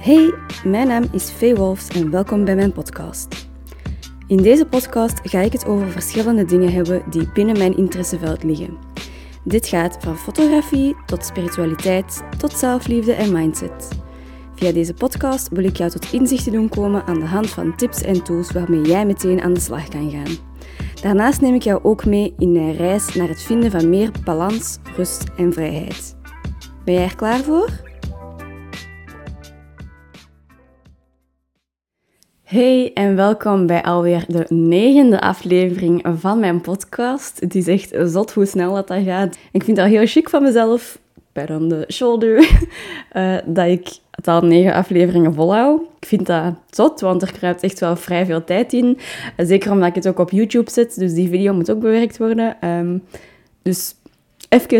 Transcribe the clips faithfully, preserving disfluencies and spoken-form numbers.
Hey, mijn naam is Faye Wolfs en welkom bij mijn podcast. In deze podcast ga ik het over verschillende dingen hebben die binnen mijn interesseveld liggen. Dit gaat van fotografie tot spiritualiteit, tot zelfliefde en mindset. Via deze podcast wil ik jou tot inzichten doen komen aan de hand van tips en tools waarmee jij meteen aan de slag kan gaan. Daarnaast neem ik jou ook mee in mijn reis naar het vinden van meer balans, rust en vrijheid. Ben jij er klaar voor? Hey en welkom bij alweer de negende aflevering van mijn podcast. Het is echt zot hoe snel dat, dat gaat. Ik vind dat heel chic van mezelf, pat on the shoulder, uh, dat ik het al negen afleveringen volhoud. Ik vind dat zot, want er kruipt echt wel vrij veel tijd in. Zeker omdat ik het ook op YouTube zet, dus die video moet ook bewerkt worden. Um, dus even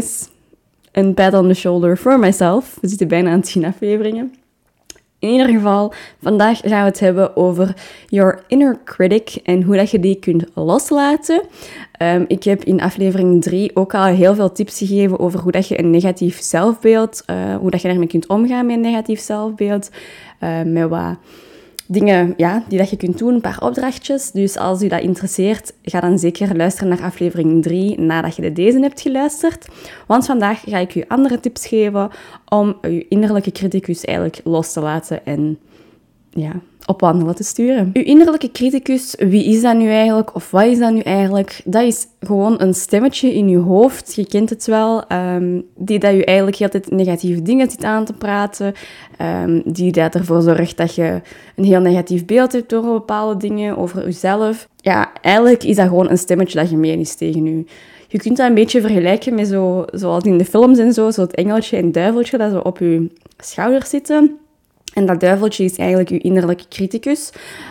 een pat on the shoulder for myself. We zitten bijna aan tien afleveringen. In ieder geval, vandaag gaan we het hebben over your inner critic en hoe dat je die kunt loslaten. Um, ik heb in aflevering drie ook al heel veel tips gegeven over hoe dat je een negatief zelfbeeld, uh, hoe dat je daarmee kunt omgaan met een negatief zelfbeeld, uh, met wat dingen ja, die dat je kunt doen, een paar opdrachtjes. Dus als u dat interesseert, ga dan zeker luisteren naar aflevering drie nadat je de deze hebt geluisterd. Want vandaag ga ik u andere tips geven om uw innerlijke criticus eigenlijk los te laten en ja, op wandelen te sturen. Uw innerlijke criticus, wie is dat nu eigenlijk? Of wat is dat nu eigenlijk? Dat is gewoon een stemmetje in je hoofd, je kent het wel, um, die dat je eigenlijk heel tijd negatieve dingen zit aan te praten, um, die dat ervoor zorgt dat je een heel negatief beeld hebt over bepaalde dingen, over jezelf. Ja, eigenlijk is dat gewoon een stemmetje dat gemeen is tegen je. Je kunt dat een beetje vergelijken met zo, zoals in de films en zo, zo het engeltje en duiveltje dat zo op je schouders zitten. En dat duiveltje is eigenlijk je innerlijke criticus.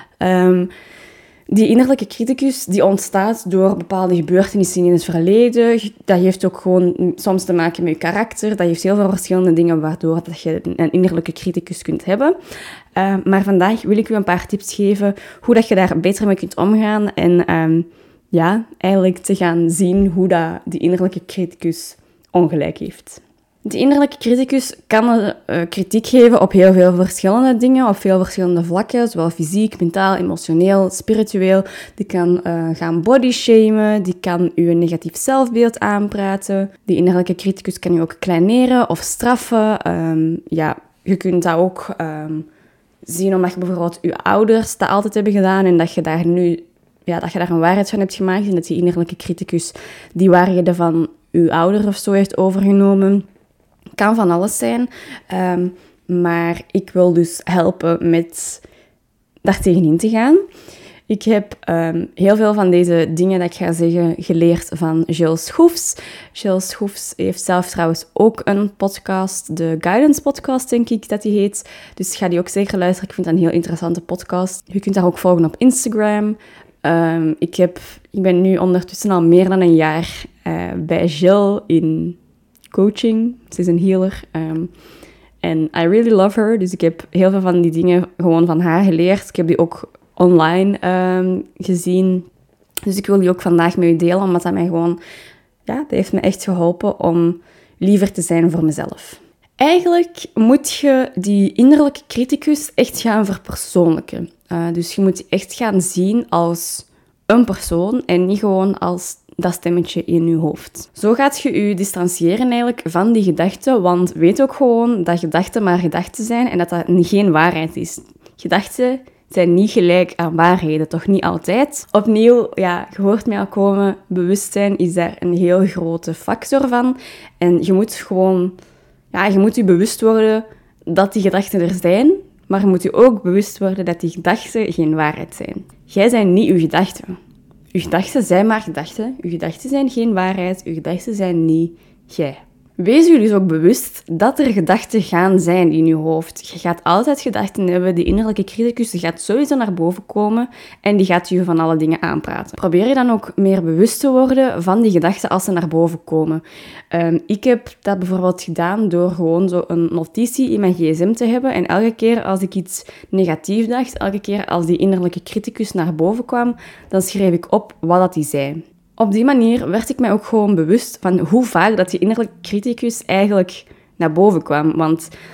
Um, die innerlijke criticus die ontstaat door bepaalde gebeurtenissen in het verleden. Dat heeft ook gewoon soms te maken met je karakter. Dat heeft heel veel verschillende dingen waardoor dat je een innerlijke criticus kunt hebben. Uh, maar vandaag wil ik u een paar tips geven hoe dat je daar beter mee kunt omgaan. En um, ja, eigenlijk te gaan zien hoe dat die innerlijke criticus ongelijk heeft. De innerlijke criticus kan uh, kritiek geven op heel veel verschillende dingen, op veel verschillende vlakken, zowel fysiek, mentaal, emotioneel, spiritueel. Die kan uh, gaan bodyshamen, die kan u een negatief zelfbeeld aanpraten. Die innerlijke criticus kan u ook kleineren of straffen. Um, ja, je kunt dat ook um, zien omdat je bijvoorbeeld je ouders dat altijd hebben gedaan en dat je daar nu ja, dat je daar een waarheid van hebt gemaakt en dat die innerlijke criticus die waarheden van je ouder of zo heeft overgenomen. Kan van alles zijn, um, maar ik wil dus helpen met daar tegenin te gaan. Ik heb um, heel veel van deze dingen dat ik ga zeggen geleerd van Gilles Schoefs. Gilles Schoefs heeft zelf trouwens ook een podcast, de Guidance Podcast denk ik dat die heet. Dus ga die ook zeker luisteren, ik vind dat een heel interessante podcast. Je kunt haar ook volgen op Instagram. Um, ik, heb, ik ben nu ondertussen al meer dan een jaar uh, bij Gilles in coaching. Ze is een healer. Um, en I really love her. Dus ik heb heel veel van die dingen gewoon van haar geleerd. Ik heb die ook online um, gezien. Dus ik wil die ook vandaag met u delen, omdat dat mij gewoon... Ja, dat heeft me echt geholpen om liever te zijn voor mezelf. Eigenlijk moet je die innerlijke criticus echt gaan verpersoonlijken. Uh, dus je moet die echt gaan zien als een persoon en niet gewoon als dat stemmetje in je hoofd. Zo gaat je je distancieren eigenlijk van die gedachten, want weet ook gewoon dat gedachten maar gedachten zijn en dat dat geen waarheid is. Gedachten zijn niet gelijk aan waarheden, toch niet altijd. Opnieuw, ja, je hoort mij al komen, bewustzijn is daar een heel grote factor van. En je moet gewoon, ja, je moet je bewust worden dat die gedachten er zijn, maar je moet je ook bewust worden dat die gedachten geen waarheid zijn. Jij bent niet je gedachten. Uw gedachten zijn maar gedachten. Uw gedachten zijn geen waarheid. Uw gedachten zijn niet jij. Wees u dus ook bewust dat er gedachten gaan zijn in je hoofd. Je gaat altijd gedachten hebben. Die innerlijke criticus die gaat sowieso naar boven komen en die gaat je van alle dingen aanpraten. Probeer je dan ook meer bewust te worden van die gedachten als ze naar boven komen. Um, ik heb dat bijvoorbeeld gedaan door gewoon zo een notitie in mijn gsm te hebben en elke keer als ik iets negatief dacht, elke keer als die innerlijke criticus naar boven kwam, dan schreef ik op wat dat die zei. Op die manier werd ik mij ook gewoon bewust van hoe vaak dat die innerlijke criticus eigenlijk naar boven kwam. Want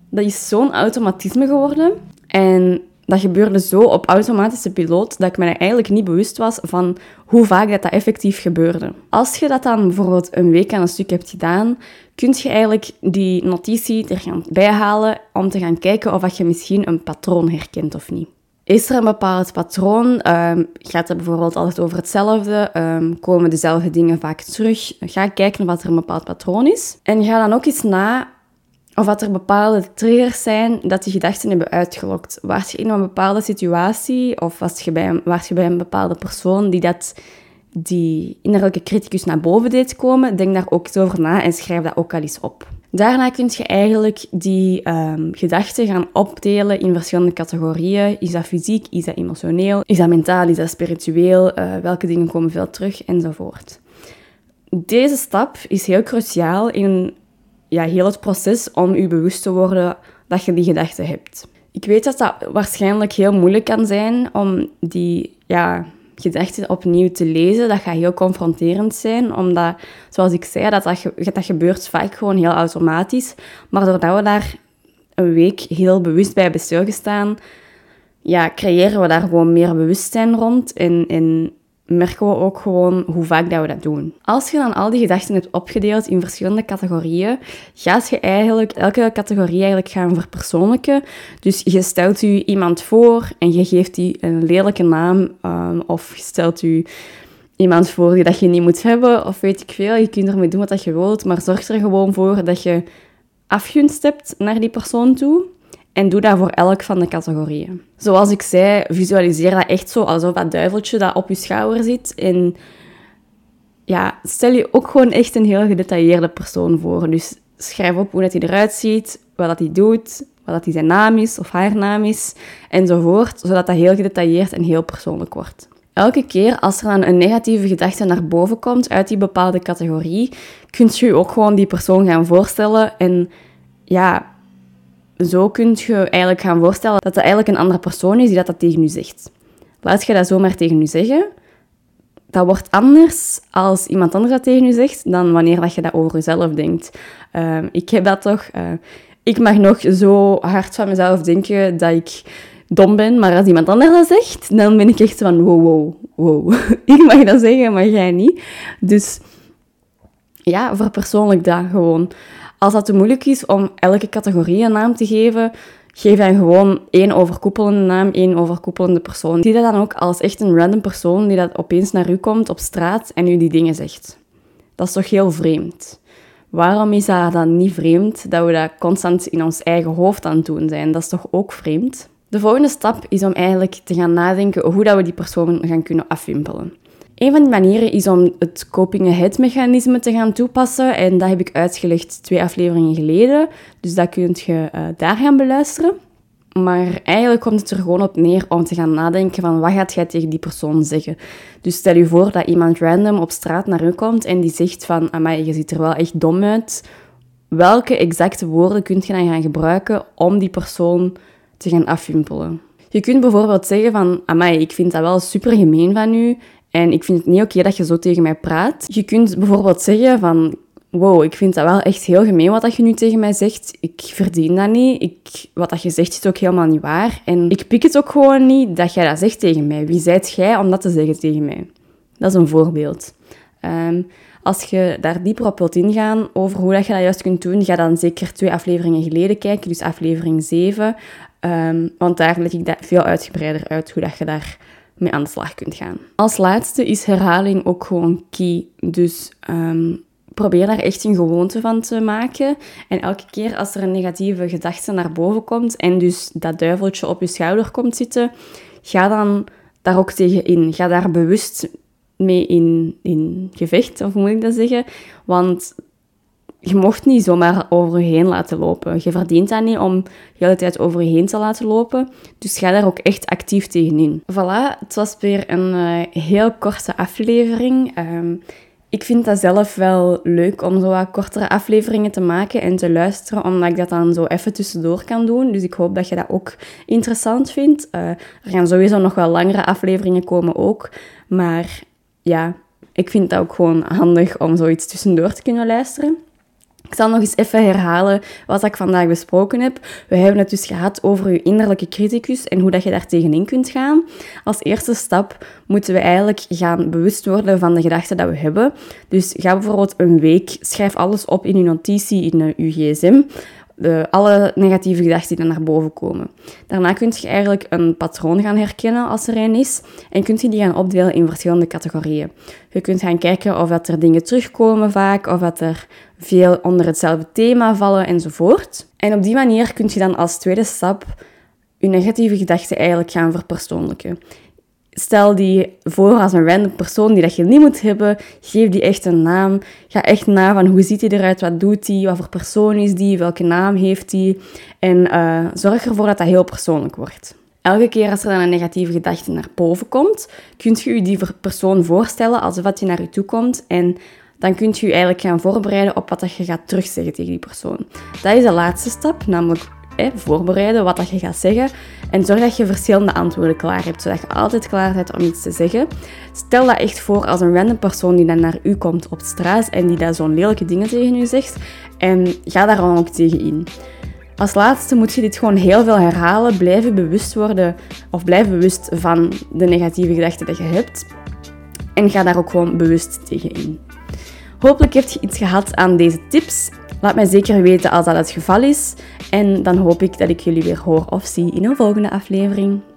Dat is zo'n automatisme geworden. En dat gebeurde zo op automatische piloot dat ik me eigenlijk niet bewust was van hoe vaak dat, dat effectief gebeurde. Als je dat dan bijvoorbeeld een week aan een stuk hebt gedaan, kun je eigenlijk die notitie er gaan bijhalen om te gaan kijken of je misschien een patroon herkent of niet. Is er een bepaald patroon? Um, gaat het bijvoorbeeld altijd over hetzelfde? Um, komen dezelfde dingen vaak terug? Ga kijken of er een bepaald patroon is. En ga dan ook eens na of dat er bepaalde triggers zijn dat die gedachten hebben uitgelokt. Was je in een bepaalde situatie of was je bij een, was je bij een bepaalde persoon die dat, die innerlijke criticus naar boven deed komen? Denk daar ook eens over na en schrijf dat ook al eens op. Daarna kun je eigenlijk die um, gedachten gaan opdelen in verschillende categorieën. Is dat fysiek? Is dat emotioneel? Is dat mentaal? Is dat spiritueel? Uh, welke dingen komen veel terug? Enzovoort. Deze stap is heel cruciaal in ja, heel het proces om je bewust te worden dat je die gedachten hebt. Ik weet dat dat waarschijnlijk heel moeilijk kan zijn om die ja, gedachten opnieuw te lezen. Dat gaat heel confronterend zijn, omdat, zoals ik zei, dat, dat, dat gebeurt vaak gewoon heel automatisch. Maar doordat we daar een week heel bewust bij hebben stilgestaan, ja, creëren we daar gewoon meer bewustzijn rond en, en merken we ook gewoon hoe vaak dat we dat doen. Als je dan al die gedachten hebt opgedeeld in verschillende categorieën, gaat je eigenlijk elke categorie eigenlijk gaan verpersoonlijken. Dus je stelt je iemand voor en je geeft die een lelijke naam, um, of je stelt je iemand voor die dat je niet moet hebben, of weet ik veel. Je kunt ermee doen wat je wilt, maar zorg er gewoon voor dat je afgunst hebt naar die persoon toe. En doe dat voor elk van de categorieën. Zoals ik zei, visualiseer dat echt zo alsof dat duiveltje dat op je schouder zit. En ja, stel je ook gewoon echt een heel gedetailleerde persoon voor. Dus schrijf op hoe dat hij eruit ziet, wat dat hij doet, wat dat hij zijn naam is of haar naam is, enzovoort. Zodat dat heel gedetailleerd en heel persoonlijk wordt. Elke keer als er dan een negatieve gedachte naar boven komt uit die bepaalde categorie, kun je je ook gewoon die persoon gaan voorstellen. En ja, zo kun je eigenlijk gaan voorstellen dat dat eigenlijk een andere persoon is die dat, dat tegen je zegt. Laat je dat zomaar tegen je zeggen. Dat wordt anders als iemand anders dat tegen je zegt dan wanneer dat je dat over jezelf denkt. Uh, ik heb dat toch... Uh, ik mag nog zo hard van mezelf denken dat ik dom ben, maar als iemand anders dat zegt, dan ben ik echt van wow, wow, wow. Ik mag dat zeggen, maar jij niet. Dus ja, verpersoonlijk dat gewoon. Als dat te moeilijk is om elke categorie een naam te geven, geef dan gewoon één overkoepelende naam, één overkoepelende persoon. Zie dat dan ook als echt een random persoon die dat opeens naar u komt op straat en u die dingen zegt. Dat is toch heel vreemd. Waarom is dat dan niet vreemd dat we dat constant in ons eigen hoofd aan het doen zijn? Dat is toch ook vreemd? De volgende stap is om eigenlijk te gaan nadenken hoe dat we die persoon gaan kunnen afwimpelen. Een van die manieren is om het coping-ahead-mechanisme te gaan toepassen. En dat heb ik uitgelegd twee afleveringen geleden. Dus dat kun je uh, daar gaan beluisteren. Maar eigenlijk komt het er gewoon op neer om te gaan nadenken van wat gaat jij tegen die persoon zeggen. Dus stel je voor dat iemand random op straat naar u komt en die zegt van amai, je ziet er wel echt dom uit. Welke exacte woorden kun je dan gaan gebruiken om die persoon te gaan afwimpelen? Je kunt bijvoorbeeld zeggen van amai, ik vind dat wel super gemeen van u. En ik vind het niet oké dat je zo tegen mij praat. Je kunt bijvoorbeeld zeggen van wow, ik vind dat wel echt heel gemeen wat je nu tegen mij zegt. Ik verdien dat niet. Ik, wat dat je zegt is ook helemaal niet waar. En ik pik het ook gewoon niet dat jij dat zegt tegen mij. Wie zijt jij om dat te zeggen tegen mij? Dat is een voorbeeld. Um, als je daar dieper op wilt ingaan over hoe dat je dat juist kunt doen, ga dan zeker twee afleveringen geleden kijken. Dus aflevering zeven. Um, want daar leg ik dat veel uitgebreider uit hoe dat je daar mee aan de slag kunt gaan. Als laatste is herhaling ook gewoon key. Dus um, probeer daar echt een gewoonte van te maken. En elke keer als er een negatieve gedachte naar boven komt en dus dat duiveltje op je schouder komt zitten, ga dan daar ook tegen in. Ga daar bewust mee in, in gevecht, of hoe moet ik dat zeggen? Want je mocht niet zomaar over je heen laten lopen. Je verdient dat niet om de hele tijd over je heen te laten lopen. Dus ga daar ook echt actief tegenin. Voilà, het was weer een uh, heel korte aflevering. Um, ik vind dat zelf wel leuk om zo wat kortere afleveringen te maken en te luisteren, omdat ik dat dan zo even tussendoor kan doen. Dus ik hoop dat je dat ook interessant vindt. Uh, er gaan sowieso nog wel langere afleveringen komen ook. Maar ja, ik vind dat ook gewoon handig om zoiets tussendoor te kunnen luisteren. Ik zal nog eens even herhalen wat ik vandaag besproken heb. We hebben het dus gehad over je innerlijke criticus en hoe dat je daar tegenin kunt gaan. Als eerste stap moeten we eigenlijk gaan bewust worden van de gedachten die we hebben. Dus ga bijvoorbeeld een week, schrijf alles op in je notitie, in je gsm. De, alle negatieve gedachten die dan naar boven komen. Daarna kun je eigenlijk een patroon gaan herkennen als er een is en kun je die gaan opdelen in verschillende categorieën. Je kunt gaan kijken of dat er dingen terugkomen vaak, of dat er veel onder hetzelfde thema vallen enzovoort. En op die manier kun je dan als tweede stap je negatieve gedachten eigenlijk gaan verpersoonlijken. Stel die voor als een random persoon die dat je niet moet hebben. Geef die echt een naam. Ga echt na van hoe ziet hij eruit, wat doet hij, wat voor persoon is die, welke naam heeft hij. En uh, zorg ervoor dat dat heel persoonlijk wordt. Elke keer als er dan een negatieve gedachte naar boven komt, kun je je die persoon voorstellen alsof dat die naar je toe komt. En dan kun je je eigenlijk gaan voorbereiden op wat dat je gaat terugzeggen tegen die persoon. Dat is de laatste stap, namelijk eh, voorbereiden wat dat je gaat zeggen. En zorg dat je verschillende antwoorden klaar hebt, zodat je altijd klaar bent om iets te zeggen. Stel dat echt voor als een random persoon die dan naar u komt op straat en die dan zo'n lelijke dingen tegen u zegt. En ga daar dan ook tegen in. Als laatste moet je dit gewoon heel veel herhalen, blijven bewust worden of blijf bewust van de negatieve gedachten die je hebt. En ga daar ook gewoon bewust tegen in. Hopelijk heb je iets gehad aan deze tips. Laat mij zeker weten als dat het geval is. En dan hoop ik dat ik jullie weer hoor of zie in een volgende aflevering.